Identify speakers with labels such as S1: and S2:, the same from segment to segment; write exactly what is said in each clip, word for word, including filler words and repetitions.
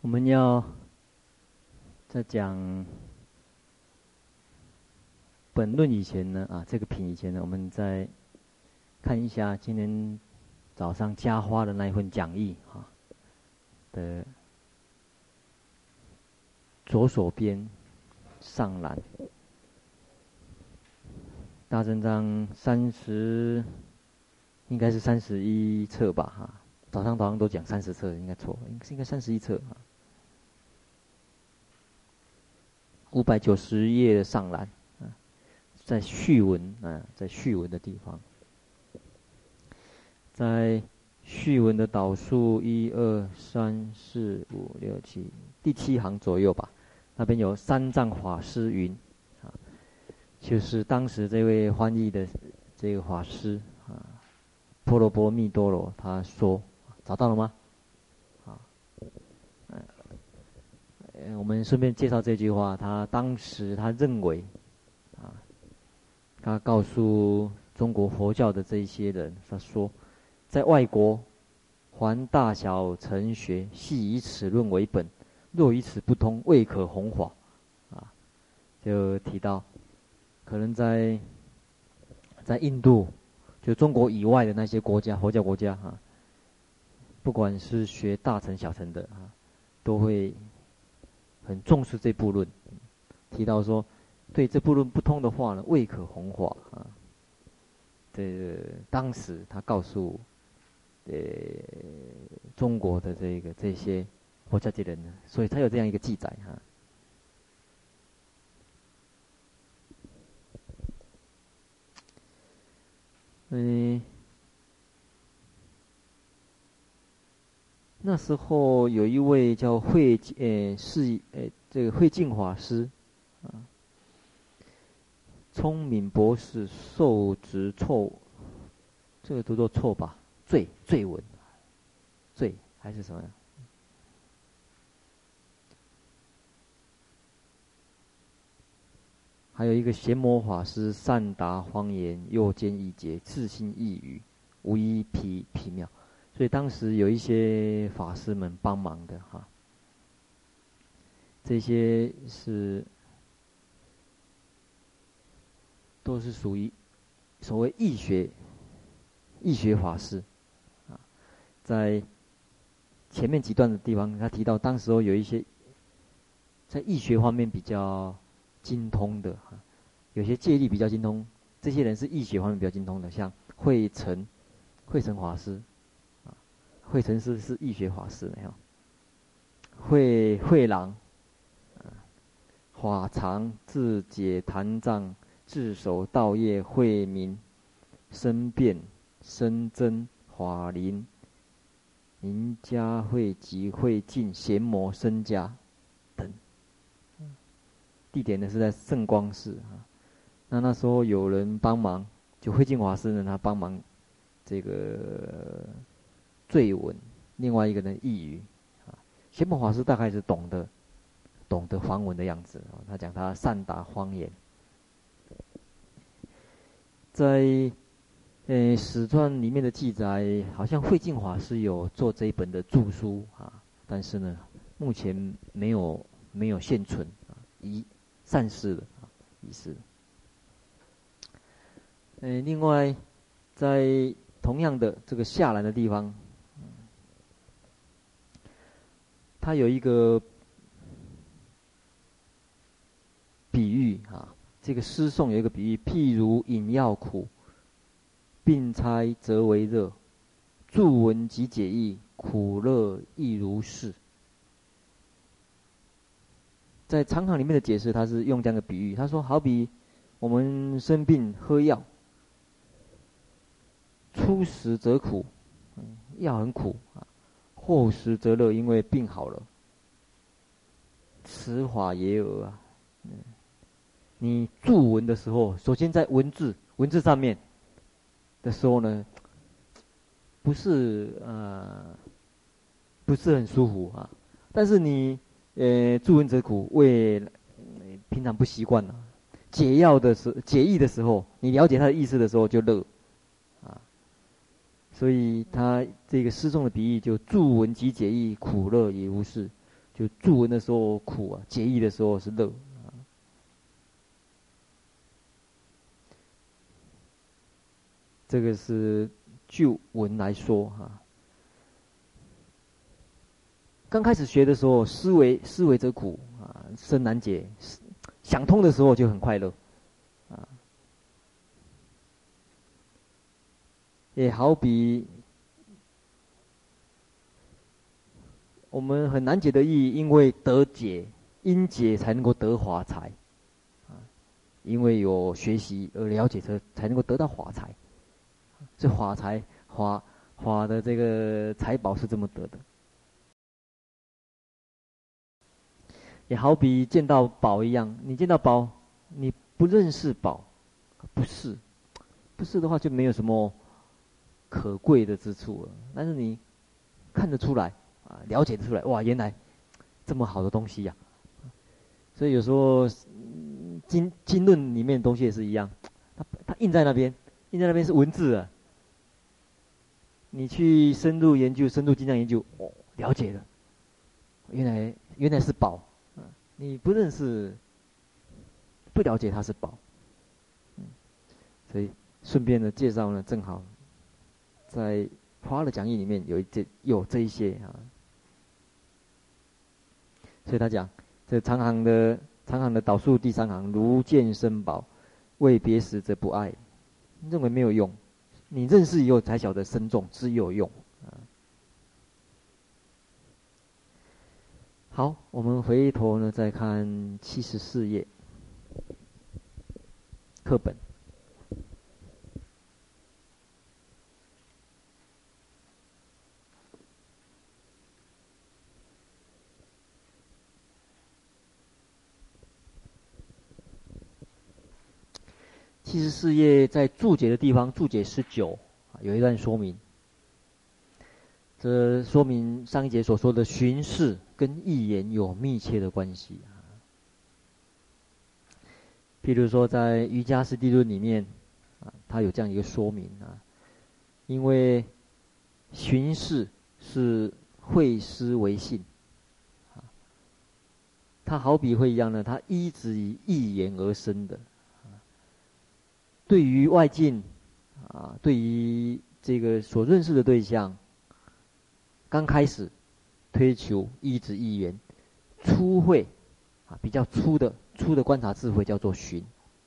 S1: 我们要在讲本论以前呢，啊，这个品以前呢，我们再看一下今天早上加花的那一份讲义啊的左手边上栏，大正章三十，应该是三十一册吧，哈、啊。早上早上都讲三十册，应该错，应应该三十一册啊。五百九十页的上栏，啊，在序文啊，在序文的地方，在序文的导数一二三四五六七第七行左右吧，那边有三藏法师云，啊，就是当时这位翻译的这个法师啊，婆罗波密多罗，他说，找到了吗？啊，呃，我们顺便介绍这句话，他当时他认为，啊，他告诉中国佛教的这一些人，他说，在外国，凡大小成学，系以此论为本，若以此不通，未可弘法。啊，就提到，可能在在印度，就中国以外的那些国家，佛教国家啊，不管是学大乘小乘的啊，都会很重视这部论，提到说，对这部论不通的话呢，未可弘法啊。这个当时他告诉，呃，中国的这个这些佛教界人呢，所以他有这样一个记载哈。嗯，那时候有一位叫慧，呃，是呃这个慧净法师，啊，聪明博士受职错，这个读作错吧？罪罪文，罪还是什么呀？还有一个邪魔法师善达方言，又兼一节，自心一语，无一皮皮妙。所以当时有一些法师们帮忙的哈，这些是都是属于所谓义学义学法师啊。在前面几段的地方，他提到当时候有一些在义学方面比较精通的哈，有些戒律比较精通，这些人是义学方面比较精通的，像慧成慧成法师啊，慧成师是义学法师的哈，慧慧郎啊，法常自解坛藏自守道业慧明生辩生真法林林家慧集慧净贤魔身家等。地点呢是在圣光寺啊。那那时候有人帮忙，就慧净法师呢，他帮忙这个罪文，另外一个呢译语啊。贤魔法师大概是懂得懂得梵文的样子啊，他讲他善达方言。在呃史传里面的记载，好像慧净法师有做这一本的著书啊，但是呢，目前没有没有现存啊，遗散失了啊，遗失。呃，另外，在同样的这个下栏的地方，它有一个比喻啊，这个诗颂有一个比喻，譬如饮药苦，病差则为热，注文即解义，苦乐亦如是。在长行里面的解释，他是用这样的比喻，他说好比我们生病喝药，初时则苦，药很苦啊，后时则乐，因为病好了。此法也有啊，你注文的时候，首先在文字文字上面的时候呢，不是呃不是很舒服啊，但是你呃注文则苦，为平常不习惯了，解药的时解义的时候，你了解它的意思的时候就乐啊。所以他这个诗中的比喻就注文即解义，苦乐也无事。 就住文的时候苦啊，结义的时候是乐啊。这个是就文来说哈、啊。刚开始学的时候，思维思维则苦啊，生难解。想通的时候就很快乐啊。也好比我们很难解的义，因为得解，因解才能够得法财啊。因为有学习而了解，才才能够得到法财。这法财法法的这个财宝是这么得的。也好比见到宝一样，你见到宝，你不认识宝，不是，不是的话就没有什么可贵的之处了。但是你看得出来啊，了解得出来，哇，原来这么好的东西呀、啊！所以有时候经经论里面的东西也是一样，它它印在那边，印在那边是文字啊。你去深入研究，深入精量研究，哦，了解了，原来原来是宝。你不认识，不了解它是宝，嗯，所以顺便的介绍呢，正好在花的讲义里面有一这有这一些啊，所以他讲这长行的长行的导数第三行，如见生宝，未别时则不爱，认为没有用，你认识以后才晓得深重之有用啊。好，我们回头呢再看七十四页课本。七十四页在注解的地方，注解十九有一段说明。这说明上一节所说的巡视跟义言有密切的关系啊。譬如说，在《瑜伽师地论》里面啊，它有这样一个说明啊，因为巡视是会师为信啊，它好比会一样呢，它依止以义言而生的啊。对于外境啊，对于这个所认识的对象。刚开始推求依止义言，初会啊比较粗的粗的观察智慧叫做寻。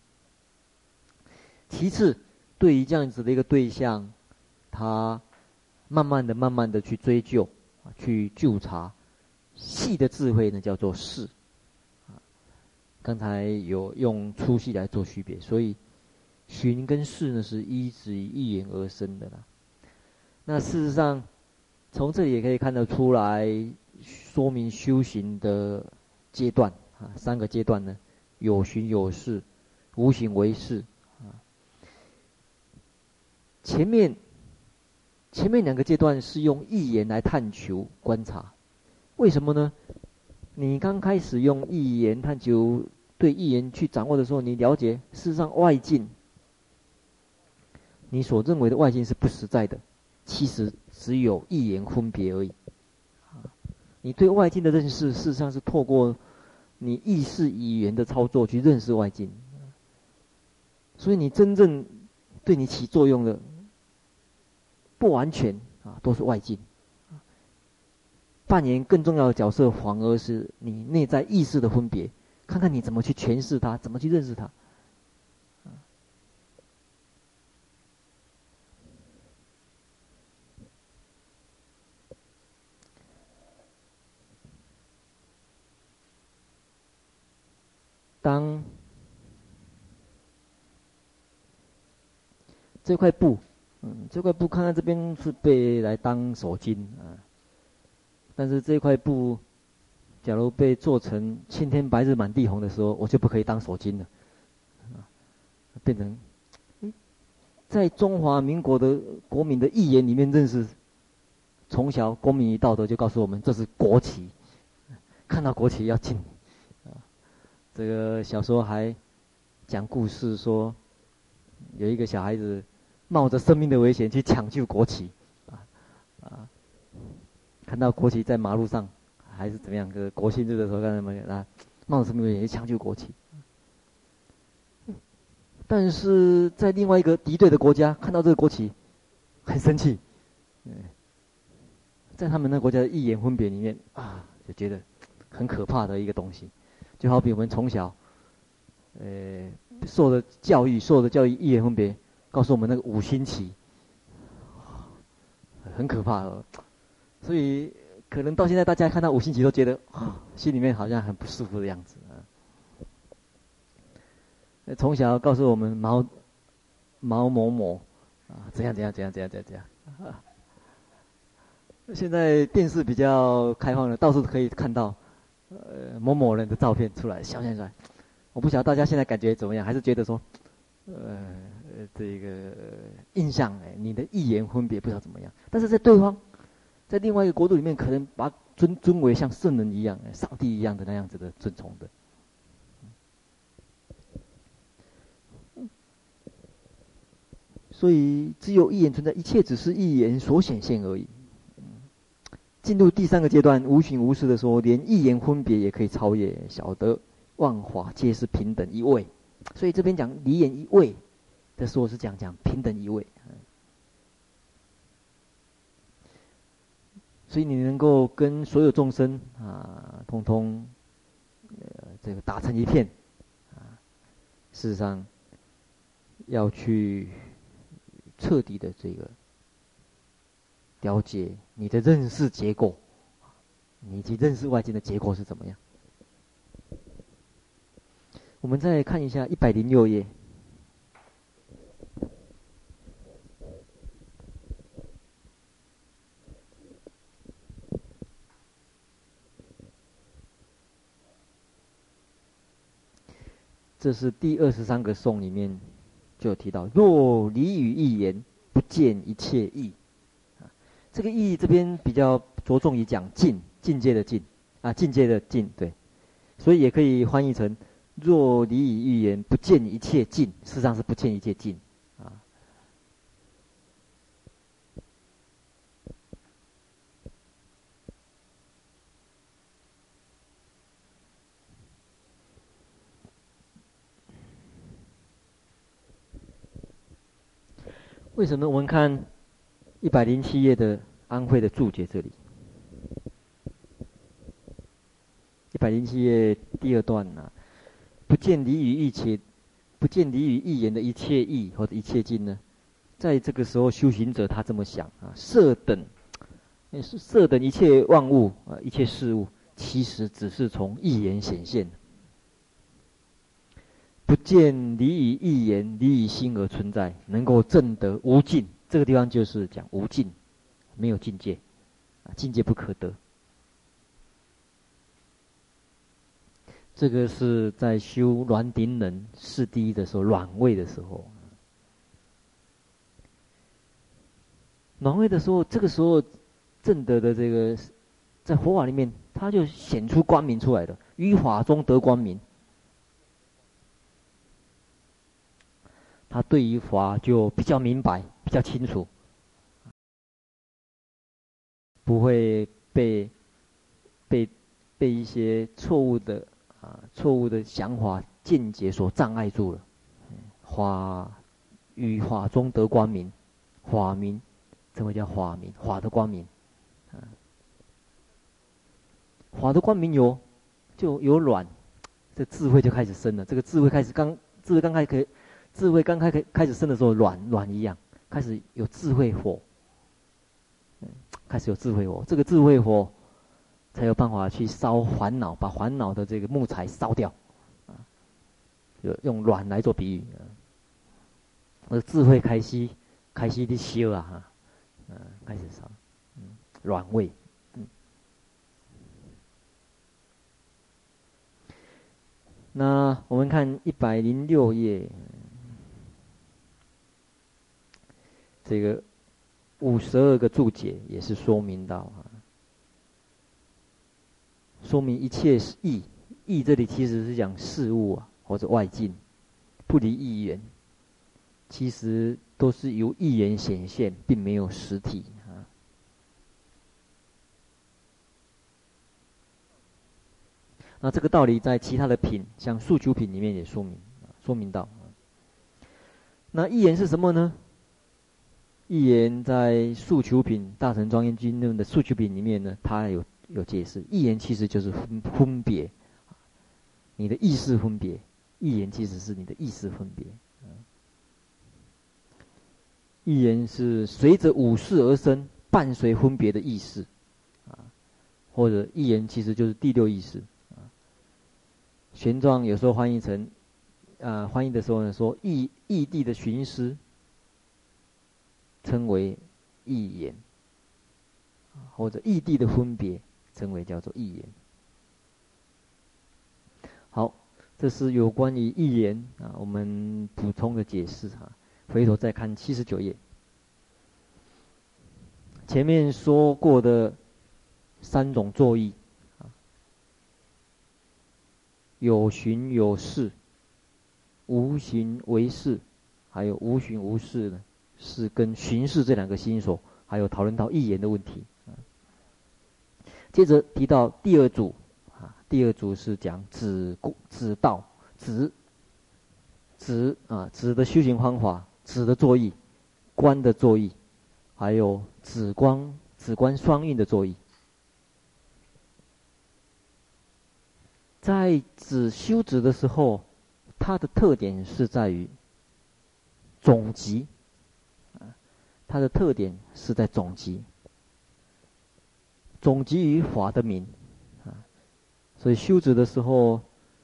S1: 其次，对于这样子的一个对象，他慢慢的、慢慢的去追究、啊、去究察，细的智慧呢叫做识。啊，刚才有用粗细来做区别，所以寻跟识呢是依止于义言而生的啦。那事实上，从这里也可以看得出来，说明修行的阶段啊，三个阶段呢，有寻有识，无形为识啊。前面前面两个阶段是用义言来探求观察，为什么呢？你刚开始用义言探求，对义言去掌握的时候，你了解事实上外境，你所认为的外境是不实在的。其实只有一言分别而已，啊，你对外境的认识，事实上是透过你意识语言的操作去认识外境，所以你真正对你起作用的，不完全啊都是外境，扮演更重要的角色，反而是你内在意识的分别，看看你怎么去诠释它，怎么去认识它。当这块布，嗯，这块布看看这边是被来当手巾啊，但是这块布，假如被做成青天白日满地红的时候，我就不可以当手巾了，啊，变成，在中华民国的国民的义言里面认识，从小公民与道德就告诉我们，这是国旗，看到国旗要敬。这个小时候还讲故事说，有一个小孩子冒着生命的危险去抢救国旗，啊啊，看到国旗在马路上还是怎么样？个国庆日的时候，看他们啊，冒着生命危险去抢救国旗。但是在另外一个敌对的国家看到这个国旗，很生气。嗯，在他们那个国家的一言分别里面啊，就觉得很可怕的一个东西。就好比我们从小，呃，受的教育，受的教育一言分别，告诉我们那个五星旗，很可怕哦。所以可能到现在大家看到五星旗都觉得啊，心里面好像很不舒服的样子啊。从小告诉我们毛毛某某啊，怎样怎样怎样怎样怎样怎样。啊，现在电视比较开放了，到处可以看到呃某某人的照片出来，消现出来。我不晓得大家现在感觉怎么样，还是觉得说，呃，这个印象哎，你的一言分别不知道怎么样。但是在对方，在另外一个国度里面，可能把尊尊为像圣人一样、上帝一样的那样子的尊崇的。所以，只有一言存在，一切只是一言所显现而已。进入第三个阶段，无形无事的说，连一言分别也可以超越，晓得万法皆是平等一位。所以这边讲离言一位的时候，是讲讲平等一位。所以你能够跟所有众生啊，通通呃这个打成一片啊，事实上要去彻底的这个了解你的认识结构，你以及认识外境的结构是怎么样。我们再看一下一百零六页。这是第二十三个颂里面就有提到，若离语一言，不见一切义。这个义这边比较着重于讲境，境界的境啊，境界的境，对，所以也可以翻译成若离语一言，不见一切境，事实上是不见一切境啊。为什么我们看一百零七页的安慧的注解这里？一百零七页第二段呢、啊，不见离语一切，不见离语一言的一切义或者一切境呢？在这个时候，修行者他这么想啊，色等，色等一切万物啊，一切事物，其实只是从一言显现。不见离于一言，离于心而存在，能够证得无尽。这个地方就是讲无尽，没有境界，啊，境界不可得。这个是在修卵顶人四第一的时候，卵位的时候，卵位的时候，这个时候证得的这个，在佛法里面，它就显出光明出来的，于法中得光明。他对于法就比较明白，比较清楚，不会被被被一些错误的啊错误的想法见解所障碍住了。法于法中得光明，法明，什么叫法明？法的光明，啊，法的光明有就有卵，这智慧就开始生了。这个智慧开始刚智慧刚开始。智慧刚开开开始生的时候，卵卵一样，开始有智慧火，开始有智慧火，这个智慧火才有办法去烧烦恼，把烦恼的这个木材烧掉，啊，就用卵来做比喻，啊，而智慧开始开始的烧啊，哈，嗯，开始烧，嗯，卵味，嗯，那我们看一百零六页。这个五十二个注解也是说明到啊，说明一切是义，义这里其实是讲事物啊或者外境，不离一言，其实都是由一言显现，并没有实体啊。 那这个道理在其他的品，像诉求品里面也说明说明到。那一言是什么呢？一言在诉求品大乘庄严经论的诉求品里面呢，它有有解释，一言其实就是分分别，你的意识分别，一言其实是你的意识分别。一言是随着五识而生，伴随分别的意识，啊，或者一言其实就是第六意识，啊。玄奘有时候翻译成，啊，翻译的时候呢说异异地的寻思，称为一言，或者异地的分别，称为叫做一言。好，这是有关于一言啊，我们补充的解释哈。回头再看七十九页，前面说过的三种作意，有寻有视，无寻为视，还有无寻无视呢，是跟寻视这两个心所，还有讨论到一言的问题。接着提到第二组，啊，第二组是讲止止道，止止啊止的修行方法。止的作意，观的作意，还有止观止观双运的作意。在止修止的时候，它的特点是在于总集，它的特点是在总集，总集于法的名，啊，所以修止的时候，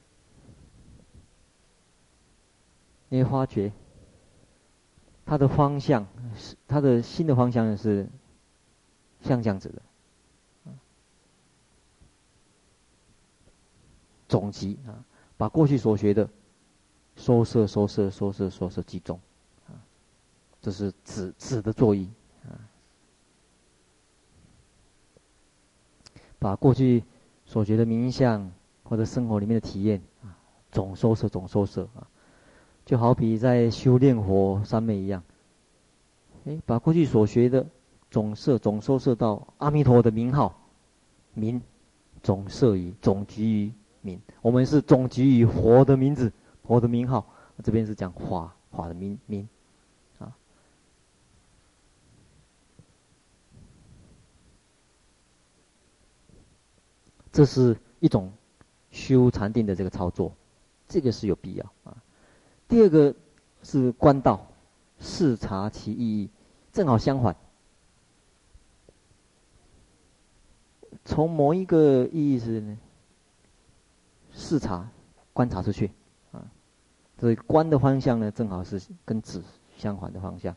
S1: 你会发觉。它的方向是它的新的方向是像这样子的，总集啊，把过去所学的收摄、收摄、收摄、收摄集中，啊，这是止止的作意啊，把过去所学的冥想或者生活里面的体验啊，总收摄、总收摄啊。就好比在修炼佛三昧一样，哎，把过去所学的总摄、总收摄到阿弥陀的名号，名总摄于、总集于名。我们是总集于佛的名字、佛的名号。这边是讲法法的名名，啊，这是一种修禅定的这个操作，这个是有必要啊。第二个是观道，视察其意义，正好相反。从某一个意义是呢，视察、观察出去，啊，所以观的方向呢，正好是跟止相反的方向。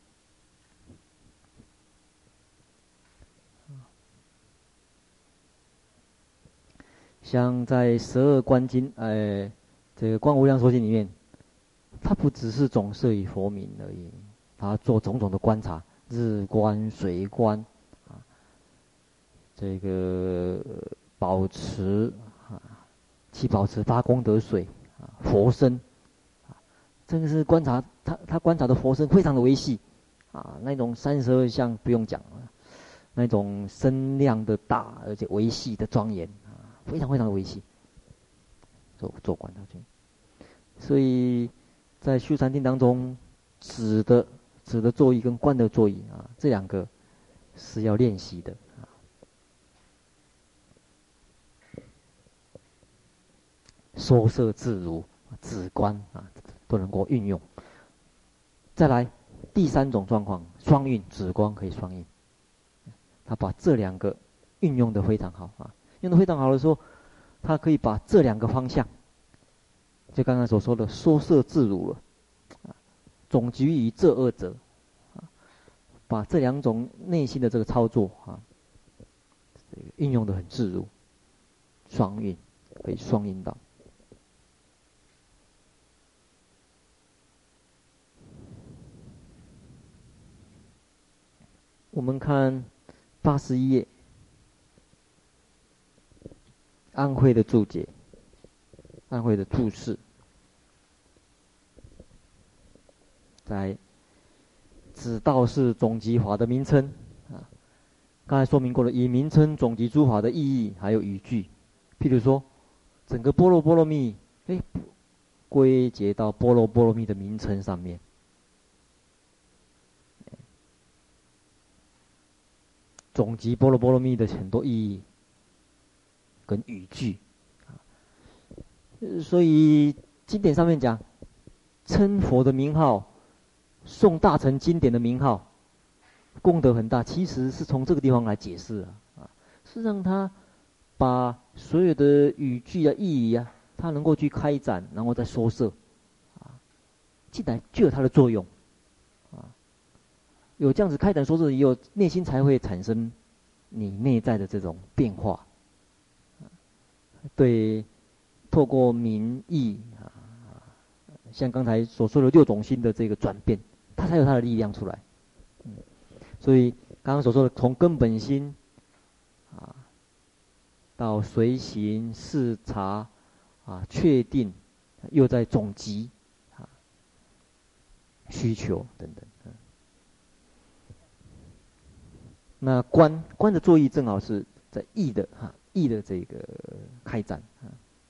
S1: 像在十二观经，呃，这个《观无量寿经》里面。它不只是总摄于佛名而已，它做种种的观察，日观、水观，啊，这个保持啊，去保持发功德水啊，佛身，啊，这个是观察他他观察的佛身非常的维系，啊，那种三十二相不用讲了，那种身量的大而且维系的庄严啊，非常非常的维系，做做观察去，所以。在修禅定当中，止的止的作意跟观的作意啊，这两个是要练习的啊。收摄自如，止观啊都能够运用。再来第三种状况，双运止观可以双运，他把这两个运用的非常好啊，用的非常好的时候，他可以把这两个方向。就刚才所说的收摄自如了，总集于这二者，把这两种内心的这个操作啊，运用的很自如，双运可以双运到。我们看八十一页，安徽的注解，安徽的注释。在指道是总集法的名称啊，刚才说明过了，以名称总集诸法的意义还有语句，譬如说整个波罗波罗蜜，哎，归结到波罗波罗蜜的名称上面。总集波罗波罗蜜的很多意义跟语句，所以经典上面讲，称佛的名号，诵大乘经典的名号，功德很大。其实是从这个地方来解释啊，是让他把所有的语句啊、意义啊，他能够去开展，然后再收摄，啊，进来就有它的作用。有这样子开展说是以后，内心才会产生你内在的这种变化。对，透过名义啊，像刚才所说的六种心的这个转变，它才有它的力量出来。嗯，所以刚刚所说的从根本心啊，到随行视察啊，确定，又在总集啊，需求等等。那观观的作意正好是在意的哈意的这个开展啊。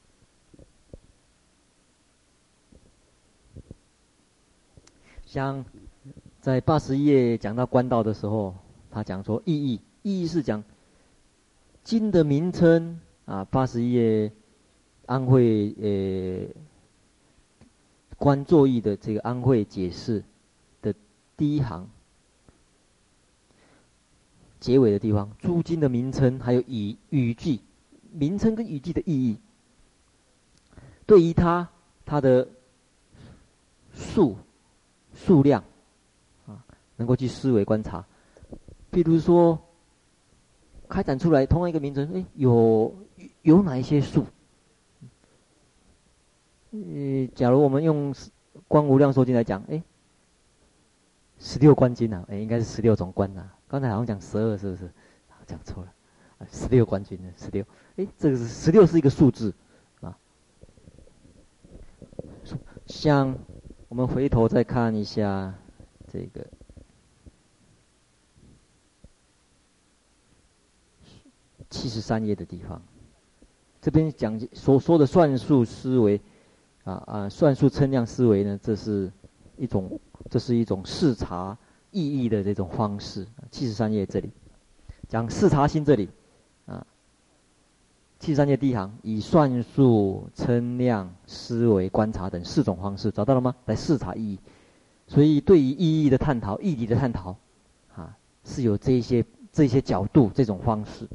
S1: 像在八十页讲到观道的时候，他讲说意义，意义是讲经的名称啊。八十页安慧呃观作意的这个安慧解释的第一行。结尾的地方，诸经的名称还有语语句，名称跟语句的意义，对于它它的数数量啊，能够去思维观察。比如说，开展出来同样一个名称，哎，有有哪一些数？呃，假如我们用《观无量寿经》来讲，哎，十六观经啊，哎，应该是十六种观啊。刚才好像讲十二，是不是？讲错了，十六观经呢，十六。哎，这个是十六是一个数字啊。像我们回头再看一下这个七十三页的地方，这边讲所说的算术思维啊啊，算术称量思维呢，这是一种，这是一种视察意义的这种方式。七十三页这里讲视察心，这里啊，七十三页第一行，以算术、称量、思维、观察等四种方式，找到了吗？来视察意义。所以对于意义的探讨、义理的探讨，啊，是有这一些这一些角度、这种方式。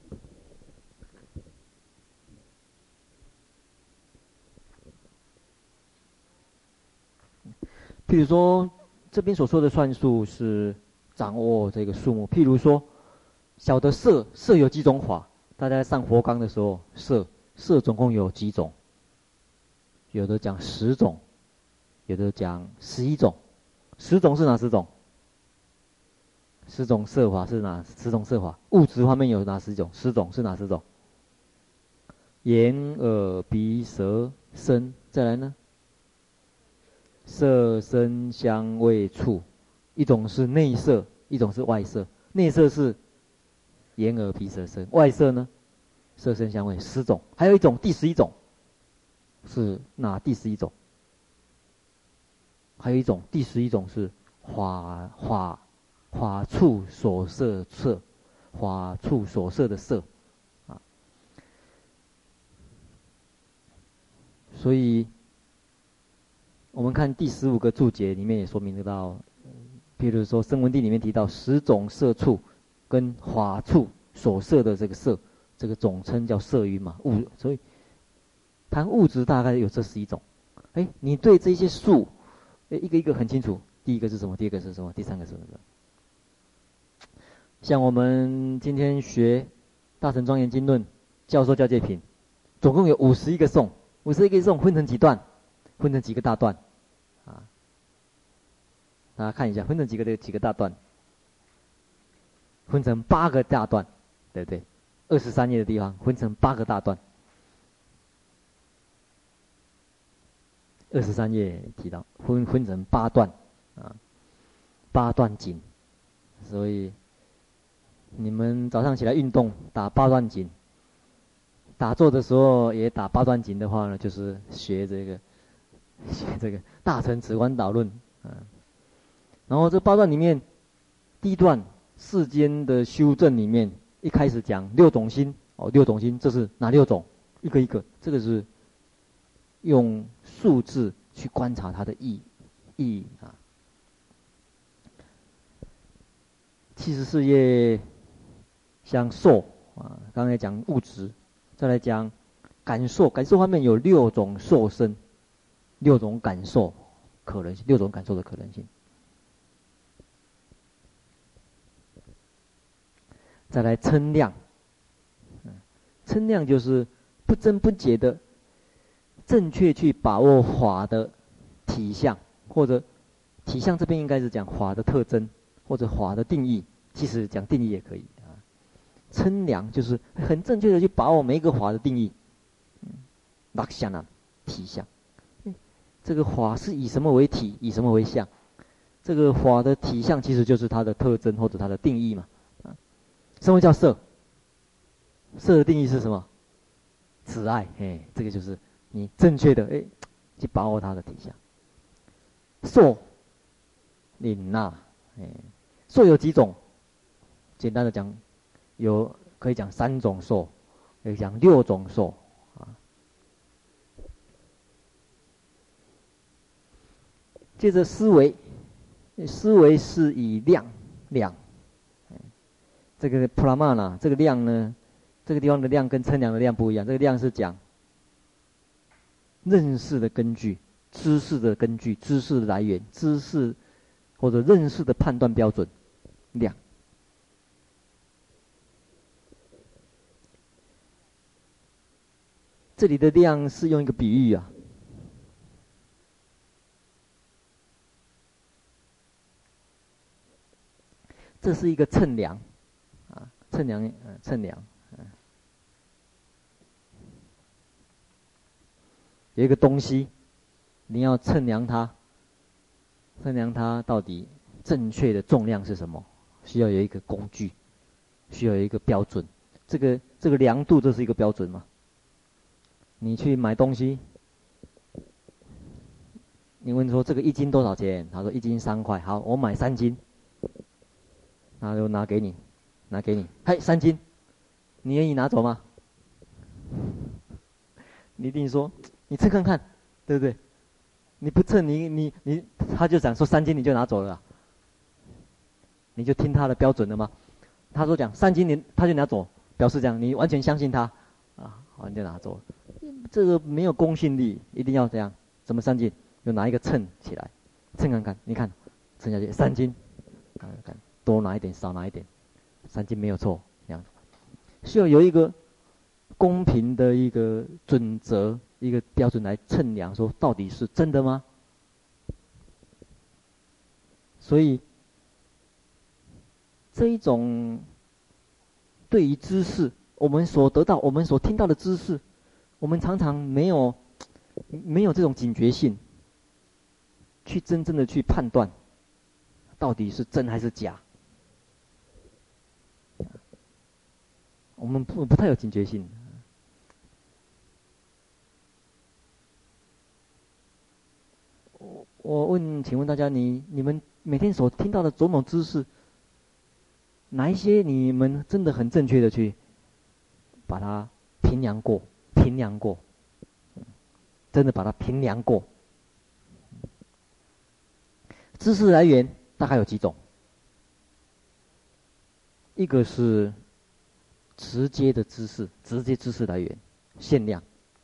S1: 譬如说，这边所说的算术是掌握这个数目。譬如说，小的色，色有几种法？大家在上佛纲的时候，色色总共有几种？有的讲十种，有的讲十一种。十种是哪十种？十种色法是哪十种色法？物质方面有哪十种？十种是哪十种？眼、耳、鼻、舌、身，再来呢？色、声、香、味、触，一种是内色，一种是外色。内色是眼、耳、鼻、舌、身，外色呢？色、声、香、味，十种。还有一种，第十一种是哪？第十一种？还有一种，第十一种是法法法处所摄色，法处所摄的色啊。所以我们看第十五个注解里面也说明得到，譬如说《声闻地》里面提到十种色处跟法处所摄的这个色，这个总称叫色蕴嘛，物。所以谈物质大概有这十一种。哎，你对这些数，哎，一个一个很清楚。第一个是什么？第二个是什么？第三个是什么？像我们今天学《大乘庄严经论》教授教戒品，总共有五十一个颂，五十一个颂分成几段？分成几个大段？啊，大家看一下，分成几个的几个大段？分成八个大段，对不对？二十三页的地方分成八个大段。二十三页提到分分成八段啊，八段锦。所以你们早上起来运动打八段锦， 打坐的时候也打八段锦的话呢，就是学这个学这个大乘止观导论啊。然后这八段里面，第一段世间的修正里面，一开始讲六种心哦，六种心，这是哪六种？一个一个，这个是用数字去观察它的意意义啊。七十四页像受啊，刚才讲物质，再来讲感受，感受方面有六种受身，六种感受可能性，六种感受的可能性。再来称量，称量就是不增不减的，正确去把握法的体相，或者体相这边应该是讲法的特征，或者法的定义，其实讲定义也可以啊。称量就是很正确的去把握每一个法的定义，那相啊，体相，这个法是以什么为体，以什么为相？这个法的体相其实就是它的特征或者它的定义嘛。什么叫色？色的定义是什么？慈爱，哎，这个就是你正确的哎，去把握它的体相。受，领纳，哎，受有几种？简单的讲，有可以讲三种受，可以讲六种受啊。接着思维，思维是以量量。这个普拉玛呢，这个量呢，这个地方的量跟称量的量不一样。这个量是讲认识的根据、知识的根据、知识的来源、知识或者认识的判断标准。量，这里的量是用一个比喻啊，这是一个称量。称量，呃，称量，呃，有一个东西，你要称量它，称量它到底正确的重量是什么？需要有一个工具，需要有一个标准。这个这个量度，这是一个标准嘛？你去买东西，你问说这个一斤多少钱？他说一斤三块。好，我买三斤，那就拿给你。拿给你，嘿，三斤，你愿意拿走吗？你一定说，你称看看，对不对？你不称，你你你，他就讲说三斤你就拿走了、啊，你就听他的标准了吗？他说讲三斤你他就拿走，表示讲你完全相信他，啊，好你就拿走了。这个没有公信力，一定要这样。怎么三斤？就拿一个秤起来，称看看，你看，称下去三斤，看看多拿一点，少拿一点。三斤没有错，这样需要有一个公平的一个准则、一个标准来称量，说到底是真的吗？所以这一种对于知识，我们所得到、我们所听到的知识，我们常常没有没有这种警觉性，去真正的去判断，到底是真还是假。我们不不太有警觉性。我我问，请问大家，你你们每天所听到的种种知识，哪一些你们真的很正确的去把它评量过、评量过，真的把它评量过？知识来源大概有几种？一个是直接的知识，直接知识来源，限量。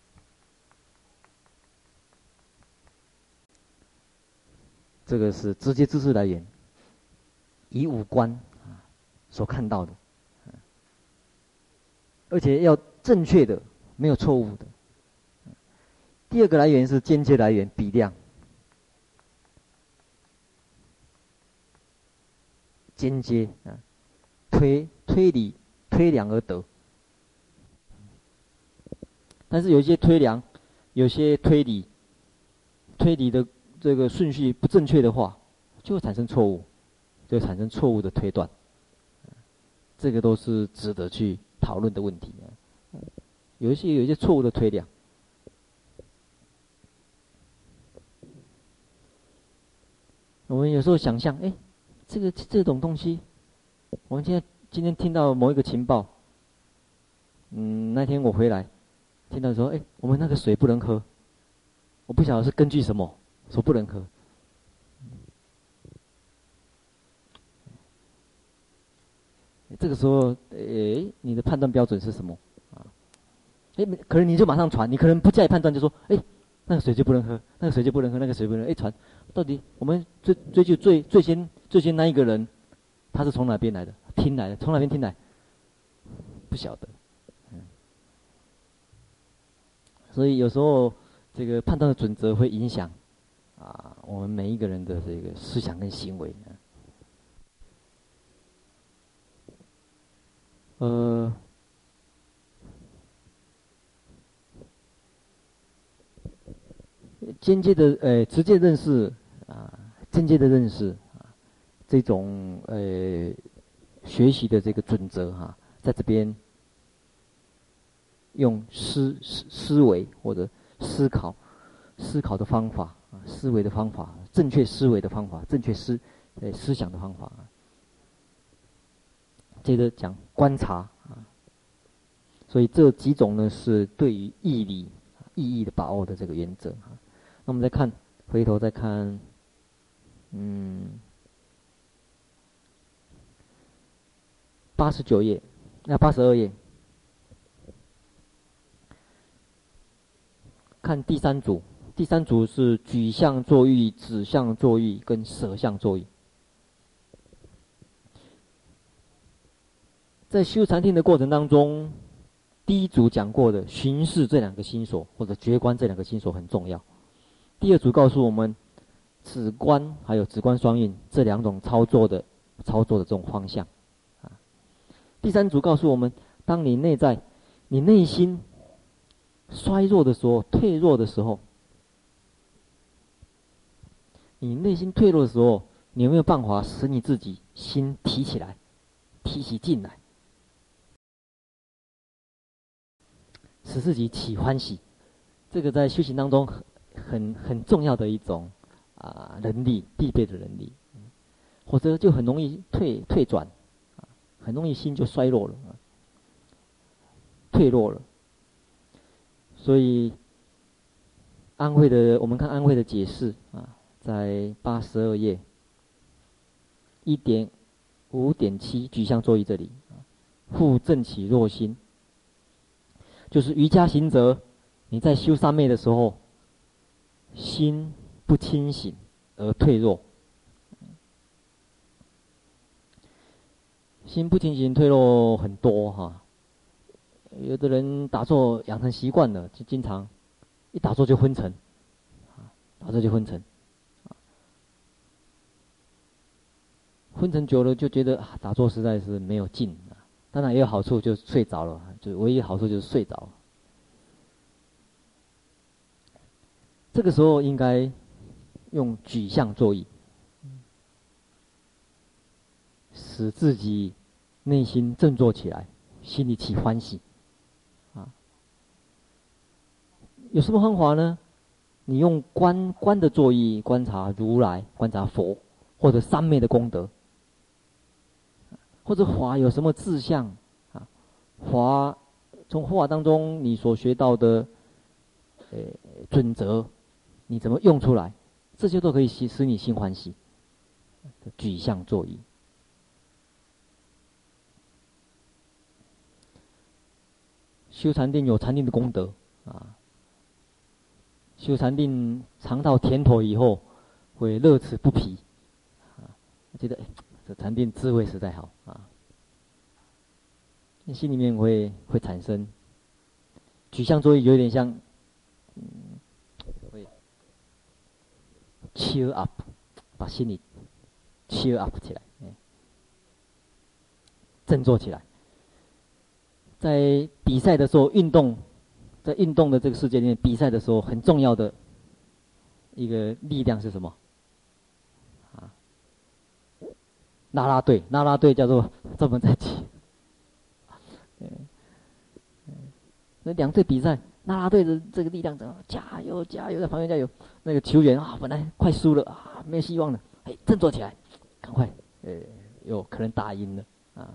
S1: 这个是直接知识来源，以五官啊所看到的，而且要正确的，没有错误的。第二个来源是间接来源，比量。间接啊，推推理。推量而得，但是有一些推量，有些推理，推理的这个顺序不正确的话，就会产生错误，就会产生错误的推断。这个都是值得去讨论的问题。 有一些有一些错误的推量。我们有时候想象，哎，这个这种东西，我们今天今天听到某一个情报，嗯，那天我回来，听到说，哎，我们那个水不能喝，我不晓得是根据什么说不能喝。这个时候，哎，你的判断标准是什么？啊，哎，可能你就马上传，你可能不加以判断就说，哎，那个水就不能喝，那个水就不能喝，那个水不能喝，哎，传，到底我们追追究最最先最先那一个人，他是从哪边来的？听来的，从哪边听来？不晓得。嗯，所以有时候这个判断的准则会影响啊我们每一个人的这个思想跟行为。呃，间接的呃直接认识啊，间接的认识啊，这种呃学习的这个准则哈、啊，在这边用思思思维或者思考思考的方法啊，思维的方法，正确思维的方法，正确思呃思想的方法啊。接着讲观察啊，所以这几种呢是对于义理意义的把握的这个原则啊。那我们再看，回头再看，嗯，八十九页，那八十二页，看第三组，第三组是举相作意、指相作意跟舍相作意。在修禅定的过程当中，第一组讲过的巡视这两个心所或者觉观这两个心所很重要。第二组告诉我们，止观还有止观双运这两种操作的操作的这种方向。啊，第三组告诉我们，当你内在你内心衰弱的时候、退弱的时候，你内心退弱的时候，你有没有办法使你自己心提起来，提起劲来？使自己起欢喜，这个在修行当中很很很重要的一种啊能力，必备的能力，否则就很容易退退转，啊，很容易心就衰弱了，啊，退弱了。所以安慧的，我们看安慧的解释啊，在八十二页一点五点七举相作意这里，复正起弱心。就是瑜伽行者，你在修三昧的时候，心不清醒而退弱，心不清醒退弱很多哈。有的人打坐养成习惯了，就经常一打坐就昏沉，啊，打坐就昏沉，啊，昏沉久了就觉得啊，打坐实在是没有劲啊。当然也有好处，就睡着了，就唯一好处就是睡着。这个时候应该用举相作意，使自己内心振作起来，心里起欢喜。啊，有什么方法呢？你用观观的作意观察如来，观察佛，或者三昧的功德，或者法有什么志向啊？法从佛法当中你所学到的，呃准则，你怎么用出来？这些都可以使使你心欢喜。举相作意。修禅定有禅定的功德啊，修禅定尝到甜头以后，会乐此不疲啊，觉得哎，这禅定智慧实在好啊，心里面会会产生举相作意，有点像，嗯，会 cheer up， 把心里 cheer up 起来，哎，振作起来。在比赛的时候，运动，在运动的这个世界里面，比赛的时候很重要的一个力量是什么？啊，啦啦队，啦啦队叫做专门在起， 那两队比赛，啦啦队的这个力量，加油加油，在旁边加油。那个球员啊，本来快输了啊，没有希望了，哎，振作起来，赶快，呃，有可能打赢了啊。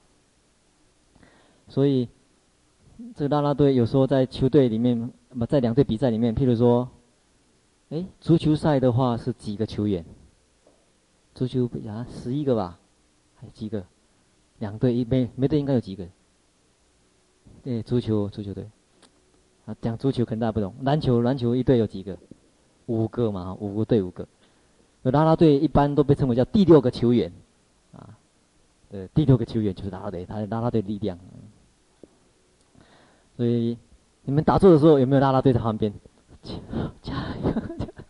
S1: 所以，这个啦啦队有时候在球队里面，不在两队比赛里面，譬如说，哎，足球赛的话是几个球员？足球啊，十一个吧，还几个？两队一每每队应该有几个？对，足球足球队，啊，讲足球可能大家不懂。篮球篮球一队有几个？五个嘛，五个队五个。啦啦队一般都被称为叫第六个球员，啊，呃，第六个球员就是啦啦队，他的啦啦队力量。所以你们打坐的时候有没有啦啦队在旁边？加油！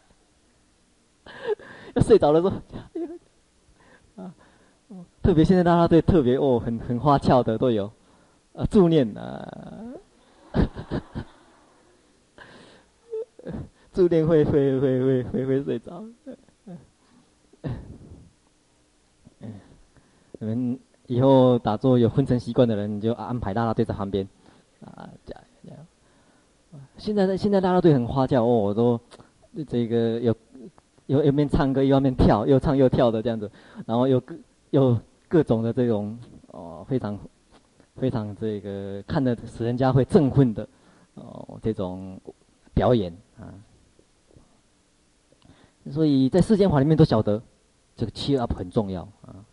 S1: 要睡着的时候加油！啊，特别现在啦啦队特别哦，很很花俏的都有。啊，助念啊，助念会会会会会会睡着。你们以后打坐有昏沉习惯的人，你就安排啦啦队在旁边，啊，加油！现在现在啦啦队很花俏哦，我都这个有有一边唱歌，一方面跳，又唱又跳的这样子，然后有各有各种的这种哦，非常。非常这个看得使人家会振奋的哦，这种表演啊，所以在世间法里面都晓得这个 cheer up 很重要啊。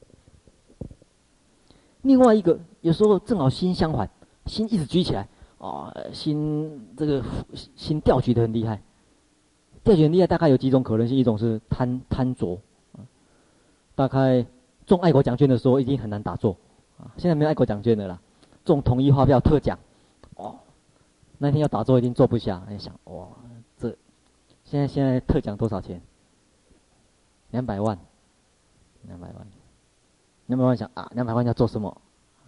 S1: 另外一个有时候正好心相反，心一直举起来啊，心这个心调举得很厉害，调举很厉害大概有几种可能性，一种是贪贪着啊，大概中爱国奖券的时候一定很难打坐啊，现在没有爱国奖券的啦。中统一发票特奖，哦，那天要打坐一定坐不下。哎，想哇，这现在现在特奖多少钱？两百万，两百万，两百万想啊，两百万要做什么？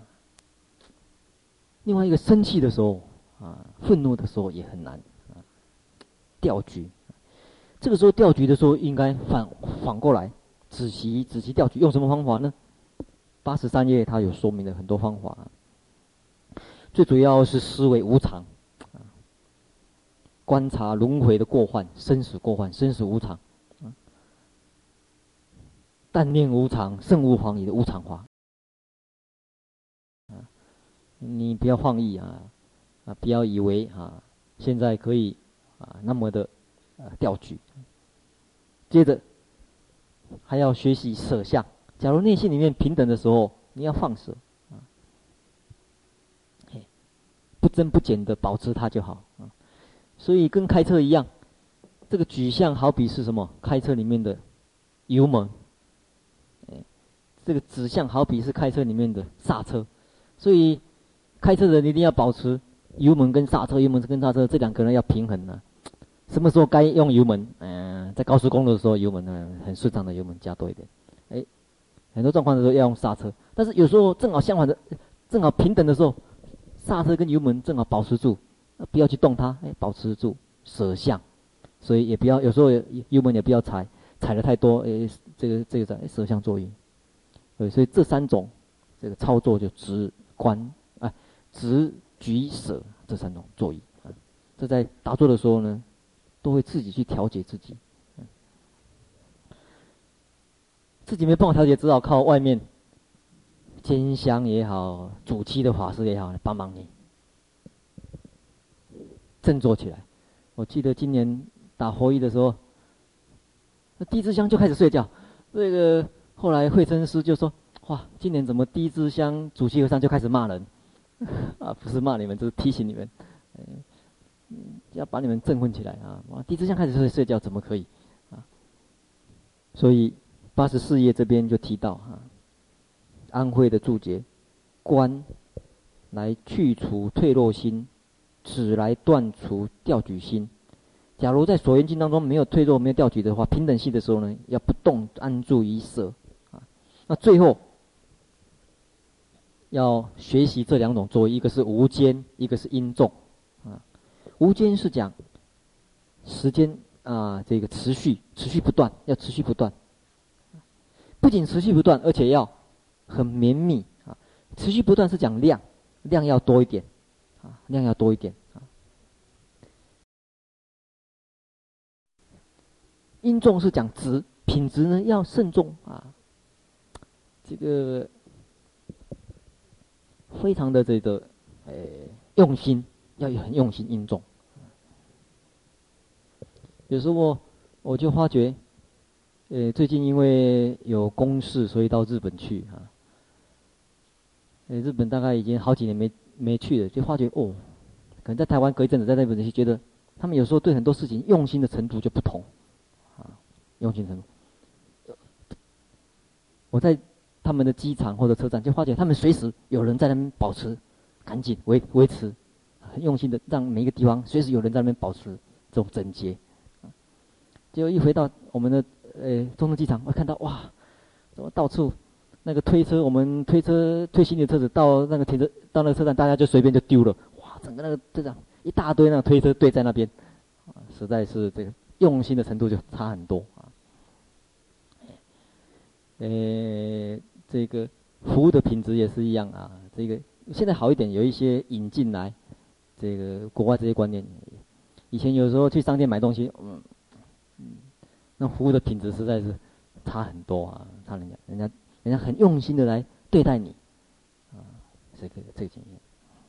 S1: 另外一个生气的时候啊，愤怒的时候也很难啊，调局。这个时候调局的时候，应该反反过来，仔细仔细调局，用什么方法呢？八十三页它有说明了很多方法。最主要是思维无常，啊，观察轮回的过患，生死过患，生死无常，啊，但念无常，胜无妨矣的无常法，啊，你不要放逸啊，啊，不要以为啊，现在可以啊那么的啊调举，接着还要学习舍相。假如内心里面平等的时候，你要放舍。不增不减的保持它就好啊，所以跟开车一样，这个举相好比是什么？开车里面的油门，哎，这个指向好比是开车里面的刹车，所以开车的人一定要保持油门跟刹车，油门跟刹车这两个人要平衡啊。什么时候该用油门？嗯、呃，在高速公路的时候，油门呢很顺畅的油门加多一点，哎，很多状况的时候要用刹车，但是有时候正好相反的，正好平等的时候。刹车跟油门正好保持住，不要去动它，哎，保持住舍相，所以也不要有时候油门也不要踩，踩的太多，哎，这个这个在舍相作用。对，所以这三种这个操作就直观啊，直举舍这三种作用啊，这在打坐的时候呢，都会自己去调节自己，嗯、自己没办法调节，只好靠外面。监香也好，主七的法师也好，帮忙你振作起来。我记得今年打佛衣的时候，那第一支香就开始睡觉。这个后来慧真师就说：“哇，今年怎么第一支香主七和尚就开始骂人？啊，不是骂你们，就是提醒你们，嗯，要把你们振奋起来啊！哇，第一支香开始睡睡觉，怎么可以啊？所以八十四页这边就提到啊。”安慧的注解，观来去除退落心，止来断除调举心。假如在所缘境当中没有退落、没有调举的话，平等系的时候呢，要不动安住于舍啊。那最后要学习这两种作为，一个是无间，一个是因重啊。无间是讲时间啊，这个持续、持续不断，要持续不断。不仅持续不断，而且要很绵密啊，持续不断是讲量，量要多一点啊，量要多一点殷重是讲质，品质呢要慎重啊，这个非常的这个呃用心，要很用心殷重。有时候我就发觉，呃，最近因为有公事，所以到日本去啊。呃，日本大概已经好几年没没去了，就发觉哦，可能在台湾隔一阵子，在日本就觉得他们有时候对很多事情用心的程度就不同，啊，用心程度。我在他们的机场或者车站就发觉，他们随时有人在那边保持干净，维维持很用心的让每一个地方随时有人在那边保持这种整洁。结果一回到我们的呃中正机场，我看到哇，怎么到处那个推车，我们推车推行李的车子到那个停车到那个车站，大家就随便就丢了，哇，整个那个这样一大堆那个推车堆在那边，啊，实在是这个用心的程度就差很多啊。呃，这个服务的品质也是一样啊。这个现在好一点，有一些引进来，这个国外这些观念。以前有时候去商店买东西，嗯嗯，那服务的品质实在是差很多啊，差人家，人家人家很用心的来对待你，啊，这个这个经验。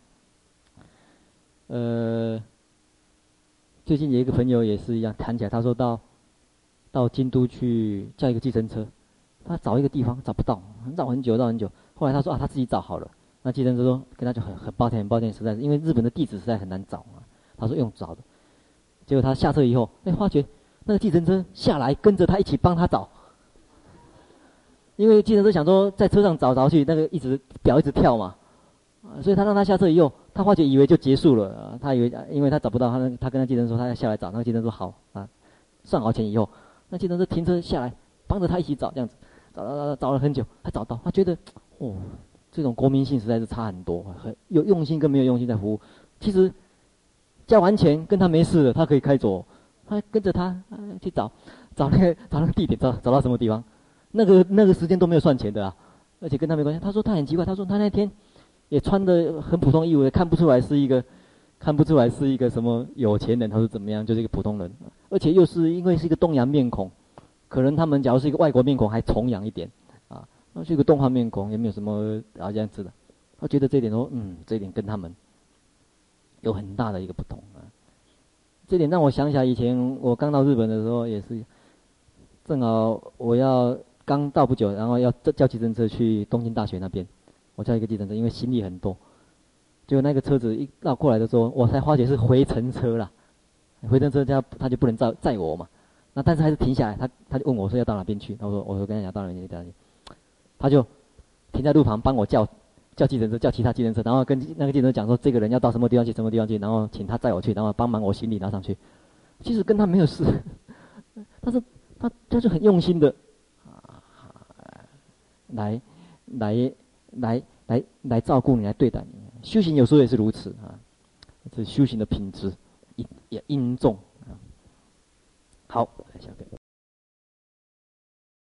S1: 呃，最近有一个朋友也是一样，谈起来，他说到到京都去叫一个计程车。他找一个地方找不到，绕很久绕很久。后来他说啊，他自己找好了。那计程车说跟他就很很抱歉很抱歉，实在是因为日本的地址实在很难找啊。他说用找的，结果他下车以后，哎，发觉那个计程车下来跟着他一起帮他找，因为计程车想说在车上找找去，那个一直表一直跳嘛，啊，所以他让他下车以后，他发觉以为就结束了，啊、他以为因为他找不到，他他跟那计程车说他要下来找，那个计程车说好啊，算好钱以后，那计程车停车下来帮着他一起找这样子。找找找找了很久，他找到，他觉得，哦，这种国民性实在是差很多，很有用心跟没有用心在服务。其实交完钱跟他没事了，他可以开走，他跟着他、呃、去找，找那个找那个地点，找找到什么地方，那个那个时间都没有算钱的啊，而且跟他没关系。他说他很奇怪，他说他那天也穿的很普通衣服，看不出来是一个看不出来是一个什么有钱人，他说怎么样，就是一个普通人，而且又是因为是一个东洋面孔。可能他们假如是一个外国面孔，还崇洋一点，啊，那是一个动画面孔，也没有什么啊这样子的。他觉得这一点说，嗯，这一点跟他们有很大的一个不同啊。这点让我想起来，以前我刚到日本的时候，也是正好我要刚到不久，然后要叫计程车去东京大学那边，我叫一个计程车，因为行李很多，结果那个车子一绕过来的时候，我才发觉是回程车啦，回程车他他就不能载载我嘛。那但是还是停下来，他他就问我说要到哪边去，他说我说跟他讲到哪边去，到哪边，他就停在路旁帮我叫叫计程车，叫其他计程车，然后跟那个计程车讲说这个人要到什么地方去，什么地方去，然后请他载我去，然后帮忙我行李拿上去。其实跟他没有事，但是他他就很用心的啊来来来来来照顾你，来对待你。修行有时候也是如此啊，这修行的品质也也殷重。好，下个。